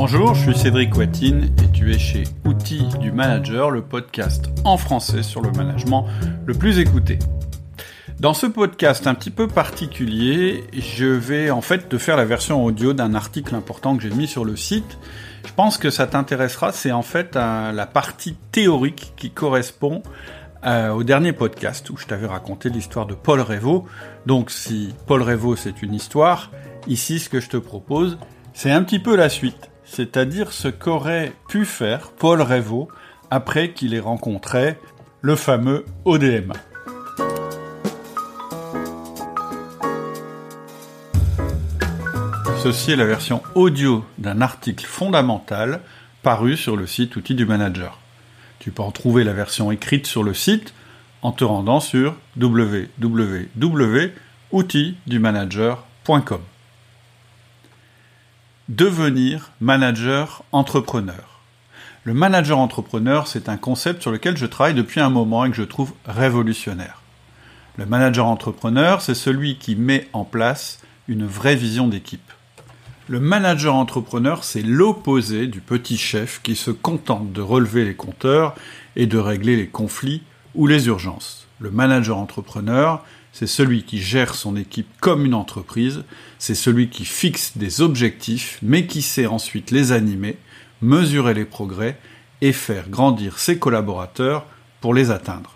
Bonjour, je suis Cédric Watine et tu es chez Outils du Manager, le podcast en français sur le management le plus écouté. Dans ce podcast un petit peu particulier, je vais en fait te faire la version audio d'un article important que j'ai mis sur le site. Je pense que ça t'intéressera, c'est en fait la partie théorique qui correspond au dernier podcast où je t'avais raconté l'histoire de Paul Revaux. Donc si Paul Revaux c'est une histoire, ici ce que je te propose, c'est un petit peu la suite. C'est-à-dire ce qu'aurait pu faire Paul Revaux après qu'il ait rencontré le fameux ODMA. Ceci est la version audio d'un article fondamental paru sur le site Outils du Manager. Tu peux en trouver la version écrite sur le site en te rendant sur www.outildumanager.com. Devenir manager entrepreneur. Le manager entrepreneur, c'est un concept sur lequel je travaille depuis un moment et que je trouve révolutionnaire. Le manager entrepreneur, c'est celui qui met en place une vraie vision d'équipe. Le manager entrepreneur, c'est l'opposé du petit chef qui se contente de relever les compteurs et de régler les conflits ou les urgences. Le manager entrepreneur, c'est celui qui gère son équipe comme une entreprise, c'est celui qui fixe des objectifs, mais qui sait ensuite les animer, mesurer les progrès et faire grandir ses collaborateurs pour les atteindre.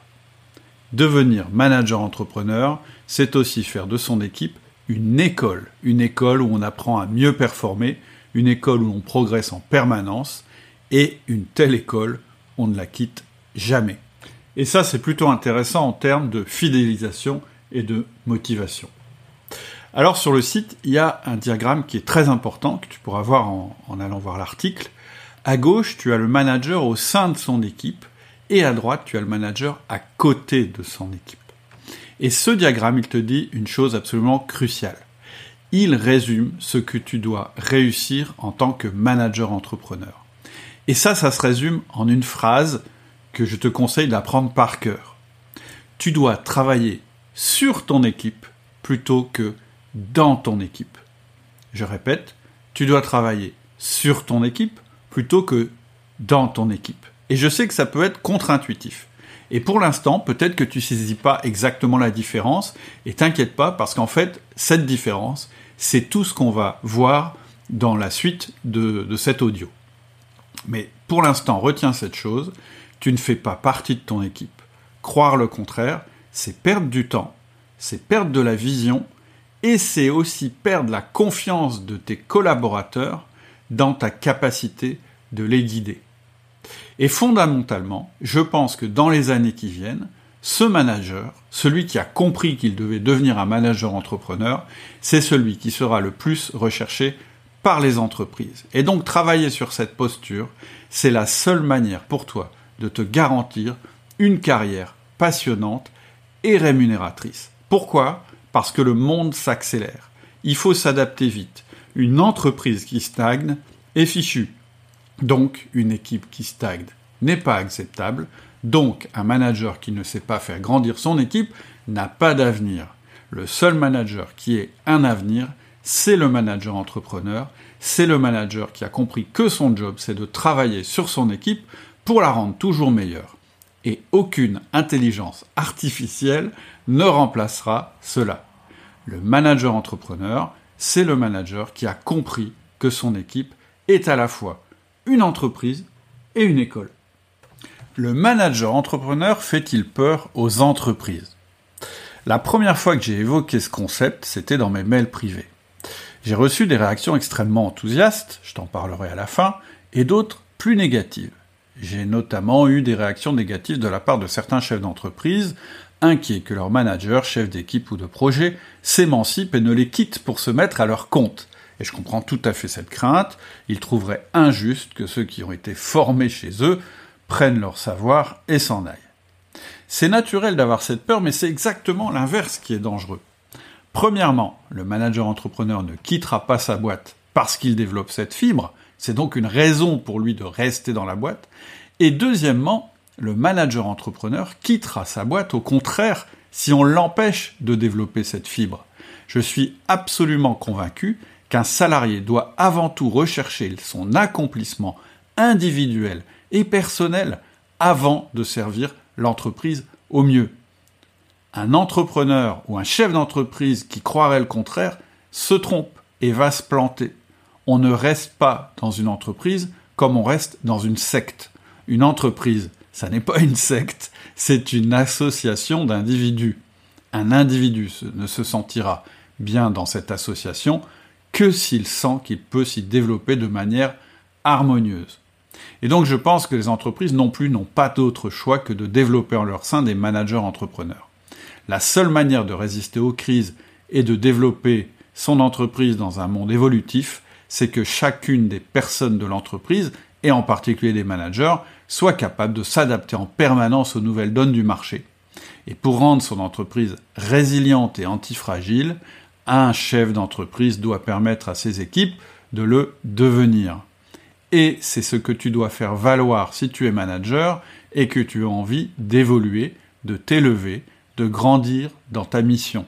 Devenir manager entrepreneur, c'est aussi faire de son équipe une école où on apprend à mieux performer, une école où on progresse en permanence, et une telle école, on ne la quitte jamais. Et ça, c'est plutôt intéressant en termes de fidélisation et de motivation. Alors sur le site, il y a un diagramme qui est très important, que tu pourras voir en allant voir l'article. À gauche, tu as le manager au sein de son équipe, et à droite, tu as le manager à côté de son équipe. Et ce diagramme, il te dit une chose absolument cruciale. Il résume ce que tu dois réussir en tant que manager entrepreneur. Et ça se résume en une phrase que je te conseille d'apprendre par cœur. Tu dois travailler sur ton équipe plutôt que dans ton équipe. Je répète, tu dois travailler sur ton équipe plutôt que dans ton équipe. Et je sais que ça peut être contre-intuitif. Et pour l'instant, peut-être que tu ne saisis pas exactement la différence, et t'inquiète pas, parce qu'en fait, cette différence, c'est tout ce qu'on va voir dans la suite de cet audio. Mais pour l'instant, retiens cette chose, tu ne fais pas partie de ton équipe. Croire le contraire, c'est perdre du temps, c'est perdre de la vision, et c'est aussi perdre la confiance de tes collaborateurs dans ta capacité de les guider. Et fondamentalement, je pense que dans les années qui viennent, ce manager, celui qui a compris qu'il devait devenir un manager entrepreneur, c'est celui qui sera le plus recherché par les entreprises. Et donc travailler sur cette posture, c'est la seule manière pour toi de te garantir une carrière passionnante et rémunératrice. Pourquoi ? Parce que le monde s'accélère. Il faut s'adapter vite. Une entreprise qui stagne est fichue. Donc, une équipe qui stagne n'est pas acceptable. Donc, un manager qui ne sait pas faire grandir son équipe n'a pas d'avenir. Le seul manager qui ait un avenir, c'est le manager entrepreneur. C'est le manager qui a compris que son job, c'est de travailler sur son équipe pour la rendre toujours meilleure. Et aucune intelligence artificielle ne remplacera cela. Le manager entrepreneur, c'est le manager qui a compris que son équipe est à la fois une entreprise et une école. Le manager entrepreneur fait-il peur aux entreprises ? La première fois que j'ai évoqué ce concept, c'était dans mes mails privés. J'ai reçu des réactions extrêmement enthousiastes, je t'en parlerai à la fin, et d'autres plus négatives. J'ai notamment eu des réactions négatives de la part de certains chefs d'entreprise, inquiets que leur manager, chef d'équipe ou de projet, s'émancipe et ne les quitte pour se mettre à leur compte. Et je comprends tout à fait cette crainte. Ils trouveraient injuste que ceux qui ont été formés chez eux prennent leur savoir et s'en aillent. C'est naturel d'avoir cette peur, mais c'est exactement l'inverse qui est dangereux. Premièrement, le manager entrepreneur ne quittera pas sa boîte parce qu'il développe cette fibre. C'est donc une raison pour lui de rester dans la boîte. Et deuxièmement, le manager entrepreneur quittera sa boîte, au contraire, si on l'empêche de développer cette fibre. Je suis absolument convaincu qu'un salarié doit avant tout rechercher son accomplissement individuel et personnel avant de servir l'entreprise au mieux. Un entrepreneur ou un chef d'entreprise qui croirait le contraire se trompe et va se planter. On ne reste pas dans une entreprise comme on reste dans une secte. Une entreprise, ça n'est pas une secte, c'est une association d'individus. Un individu ne se sentira bien dans cette association que s'il sent qu'il peut s'y développer de manière harmonieuse. Et donc je pense que les entreprises n'ont pas d'autre choix que de développer en leur sein des managers entrepreneurs. La seule manière de résister aux crises et de développer son entreprise dans un monde évolutif, c'est que chacune des personnes de l'entreprise, et en particulier des managers, soit capable de s'adapter en permanence aux nouvelles donnes du marché. Et pour rendre son entreprise résiliente et antifragile, un chef d'entreprise doit permettre à ses équipes de le devenir. Et c'est ce que tu dois faire valoir si tu es manager et que tu as envie d'évoluer, de t'élever, de grandir dans ta mission.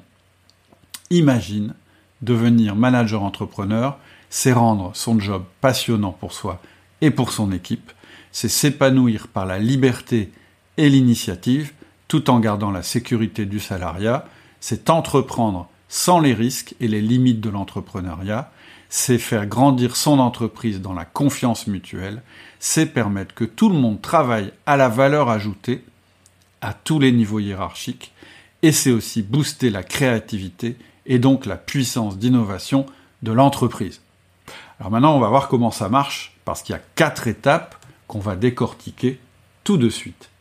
Imagine, devenir manager entrepreneur, c'est rendre son job passionnant pour soi et pour son équipe, c'est s'épanouir par la liberté et l'initiative, tout en gardant la sécurité du salariat, c'est entreprendre sans les risques et les limites de l'entrepreneuriat, c'est faire grandir son entreprise dans la confiance mutuelle, c'est permettre que tout le monde travaille à la valeur ajoutée à tous les niveaux hiérarchiques, et c'est aussi booster la créativité et donc la puissance d'innovation de l'entreprise. Alors maintenant, on va voir comment ça marche, parce qu'il y a 4 étapes qu'on va décortiquer tout de suite.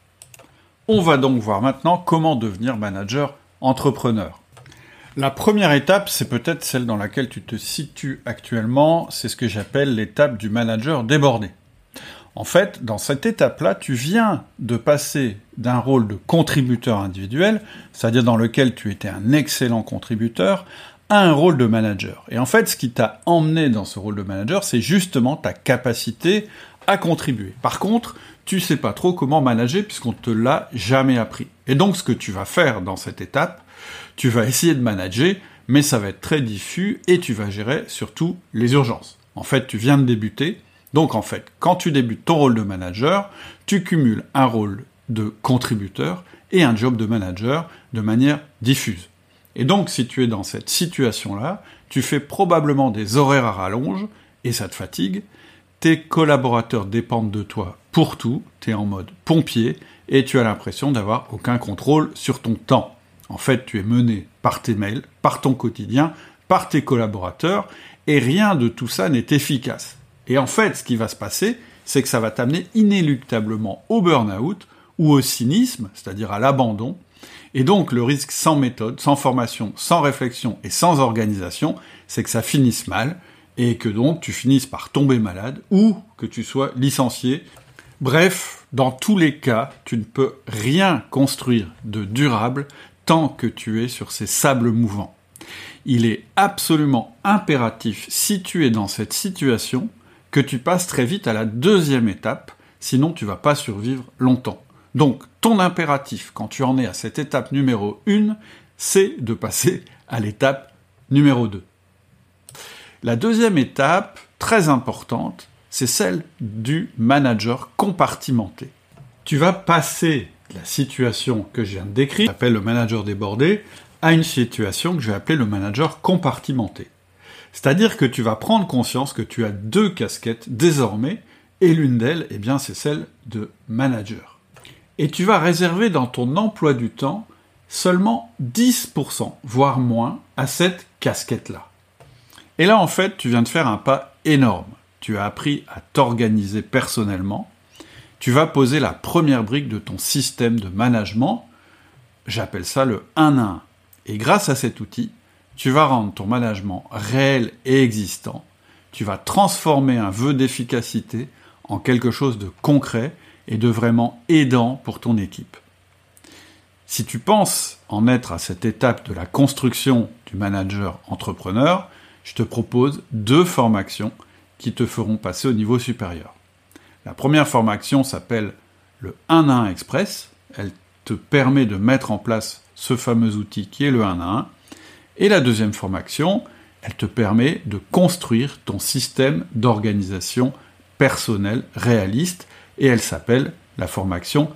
On va donc voir maintenant comment devenir manager entrepreneur. La première étape, c'est peut-être celle dans laquelle tu te situes actuellement, c'est ce que j'appelle l'étape du manager débordé. En fait, dans cette étape-là, tu viens de passer d'un rôle de contributeur individuel, c'est-à-dire dans lequel tu étais un excellent contributeur, à un rôle de manager. Et en fait, ce qui t'a emmené dans ce rôle de manager, c'est justement ta capacité à contribuer. Par contre, tu sais pas trop comment manager puisqu'on te l'a jamais appris. Et donc, ce que tu vas faire dans cette étape, tu vas essayer de manager, mais ça va être très diffus et tu vas gérer surtout les urgences. En fait, tu viens de débuter. Donc en fait, quand tu débutes ton rôle de manager, tu cumules un rôle de contributeur et un job de manager de manière diffuse. Et donc si tu es dans cette situation-là, tu fais probablement des horaires à rallonge et ça te fatigue. Tes collaborateurs dépendent de toi pour tout, tu es en mode pompier et tu as l'impression d'avoir aucun contrôle sur ton temps. En fait, tu es mené par tes mails, par ton quotidien, par tes collaborateurs et rien de tout ça n'est efficace. Et en fait, ce qui va se passer, c'est que ça va t'amener inéluctablement au burn-out ou au cynisme, c'est-à-dire à l'abandon. Et donc, le risque sans méthode, sans formation, sans réflexion et sans organisation, c'est que ça finisse mal et que donc tu finisses par tomber malade ou que tu sois licencié. Bref, dans tous les cas, tu ne peux rien construire de durable tant que tu es sur ces sables mouvants. Il est absolument impératif, si tu es dans cette situation, que tu passes très vite à la deuxième étape, sinon tu vas pas survivre longtemps. Donc, ton impératif, quand tu en es à cette étape numéro 1, c'est de passer à l'étape numéro 2. La deuxième étape, très importante, c'est celle du manager compartimenté. Tu vas passer la situation que je viens de décrire, que j'appelle le manager débordé, à une situation que je vais appeler le manager compartimenté. C'est-à-dire que tu vas prendre conscience que tu as 2 casquettes désormais, et l'une d'elles, eh bien, c'est celle de manager. Et tu vas réserver dans ton emploi du temps seulement 10%, voire moins, à cette casquette-là. Et là, en fait, tu viens de faire un pas énorme. Tu as appris à t'organiser personnellement. Tu vas poser la première brique de ton système de management. J'appelle ça le 1 à 1. Et grâce à cet outil, tu vas rendre ton management réel et existant. Tu vas transformer un vœu d'efficacité en quelque chose de concret et de vraiment aidant pour ton équipe. Si tu penses en être à cette étape de la construction du manager entrepreneur, je te propose 2 formations qui te feront passer au niveau supérieur. La première formation s'appelle le 1 à 1 Express. Elle te permet de mettre en place ce fameux outil qui est le 1 à 1. Et la deuxième formation, Elle te permet de construire ton système d'organisation personnelle réaliste et elle s'appelle la formation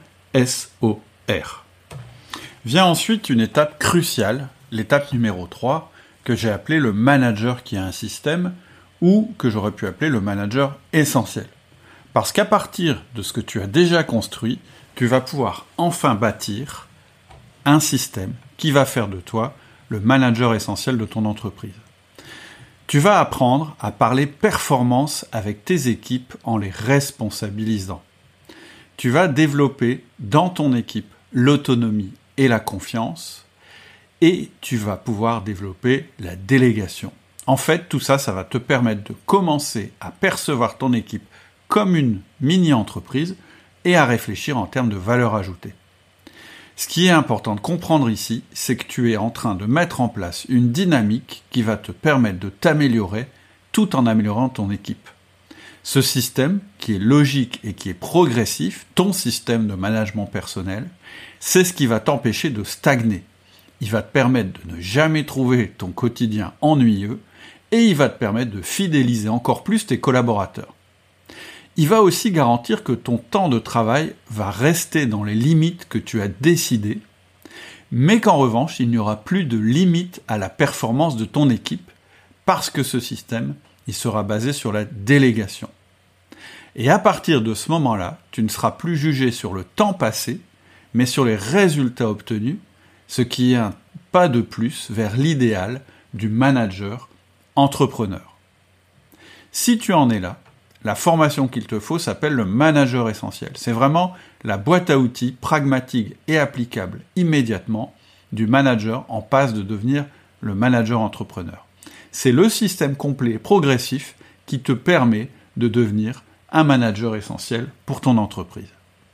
SOR. Vient ensuite une étape cruciale, l'étape numéro 3, que j'ai appelée le manager qui a un système ou que j'aurais pu appeler le manager essentiel. Parce qu'à partir de ce que tu as déjà construit, tu vas pouvoir enfin bâtir un système qui va faire de toi le manager essentiel de ton entreprise. Tu vas apprendre à parler performance avec tes équipes en les responsabilisant. Tu vas développer dans ton équipe l'autonomie et la confiance et tu vas pouvoir développer la délégation. En fait, tout ça, ça va te permettre de commencer à percevoir ton équipe comme une mini-entreprise et à réfléchir en termes de valeur ajoutée. Ce qui est important de comprendre ici, c'est que tu es en train de mettre en place une dynamique qui va te permettre de t'améliorer tout en améliorant ton équipe. Ce système, qui est logique et qui est progressif, ton système de management personnel, c'est ce qui va t'empêcher de stagner. Il va te permettre de ne jamais trouver ton quotidien ennuyeux et il va te permettre de fidéliser encore plus tes collaborateurs. Il va aussi garantir que ton temps de travail va rester dans les limites que tu as décidées, mais qu'en revanche, il n'y aura plus de limite à la performance de ton équipe, parce que ce système, il sera basé sur la délégation. Et à partir de ce moment-là, tu ne seras plus jugé sur le temps passé, mais sur les résultats obtenus, ce qui est un pas de plus vers l'idéal du manager entrepreneur. Si tu en es là, la formation qu'il te faut s'appelle le manager essentiel. C'est vraiment la boîte à outils pragmatique et applicable immédiatement du manager en passe de devenir le manager entrepreneur. C'est le système complet et progressif qui te permet de devenir un manager essentiel pour ton entreprise.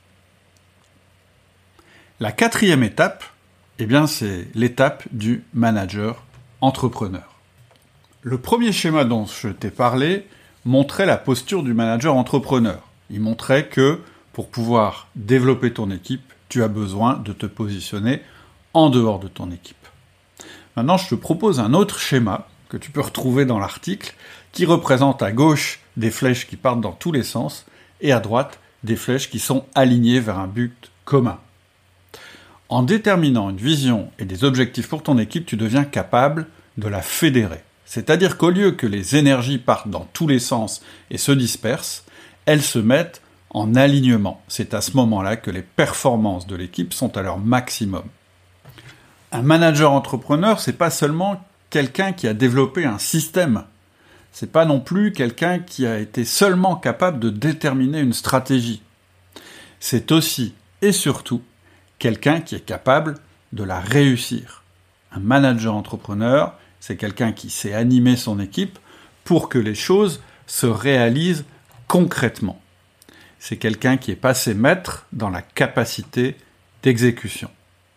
La 4e étape, c'est l'étape du manager entrepreneur. Le premier schéma dont je t'ai parlé montrait la posture du manager entrepreneur. Il montrait que pour pouvoir développer ton équipe, tu as besoin de te positionner en dehors de ton équipe. Maintenant, je te propose un autre schéma que tu peux retrouver dans l'article qui représente à gauche des flèches qui partent dans tous les sens et à droite des flèches qui sont alignées vers un but commun. En déterminant une vision et des objectifs pour ton équipe, tu deviens capable de la fédérer. C'est-à-dire qu'au lieu que les énergies partent dans tous les sens et se dispersent, elles se mettent en alignement. C'est à ce moment-là que les performances de l'équipe sont à leur maximum. Un manager entrepreneur, c'est pas seulement quelqu'un qui a développé un système. C'est pas non plus quelqu'un qui a été seulement capable de déterminer une stratégie. C'est aussi et surtout quelqu'un qui est capable de la réussir. Un manager entrepreneur, c'est quelqu'un qui sait animer son équipe pour que les choses se réalisent concrètement. C'est quelqu'un qui est passé maître dans la capacité d'exécution.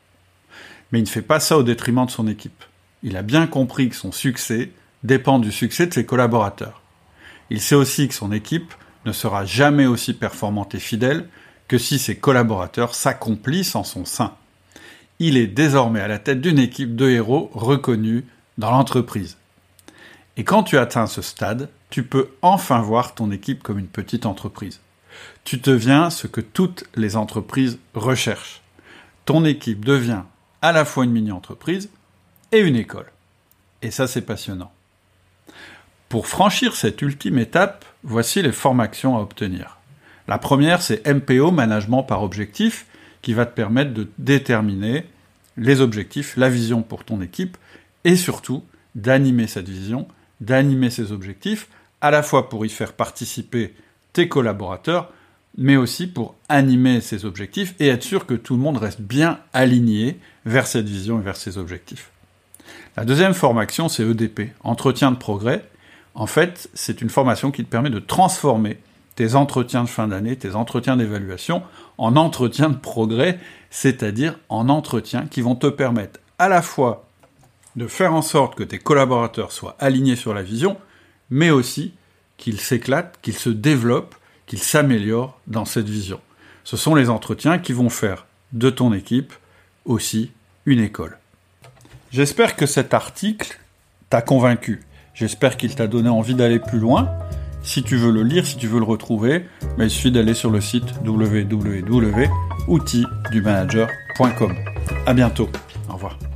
Mais il ne fait pas ça au détriment de son équipe. Il a bien compris que son succès dépend du succès de ses collaborateurs. Il sait aussi que son équipe ne sera jamais aussi performante et fidèle que si ses collaborateurs s'accomplissent en son sein. Il est désormais à la tête d'une équipe de héros reconnus dans l'entreprise. Et quand tu atteins ce stade, tu peux enfin voir ton équipe comme une petite entreprise. Tu deviens ce que toutes les entreprises recherchent. Ton équipe devient à la fois une mini-entreprise et une école. Et ça, c'est passionnant. Pour franchir cette ultime étape, voici les formations à obtenir. La première, c'est MPO, Management par Objectif, qui va te permettre de déterminer les objectifs, la vision pour ton équipe, et surtout d'animer cette vision, d'animer ces objectifs, à la fois pour y faire participer tes collaborateurs, mais aussi pour animer ces objectifs et être sûr que tout le monde reste bien aligné vers cette vision et vers ces objectifs. La deuxième formation, c'est EDP, Entretien de progrès. En fait, c'est une formation qui te permet de transformer tes entretiens de fin d'année, tes entretiens d'évaluation, en entretiens de progrès, c'est-à-dire en entretiens qui vont te permettre à la fois de faire en sorte que tes collaborateurs soient alignés sur la vision, mais aussi qu'ils s'éclatent, qu'ils se développent, qu'ils s'améliorent dans cette vision. Ce sont les entretiens qui vont faire de ton équipe aussi une école. J'espère que cet article t'a convaincu. J'espère qu'il t'a donné envie d'aller plus loin. Si tu veux le lire, si tu veux le retrouver, il suffit d'aller sur le site www.outildumanager.com. À bientôt. Au revoir.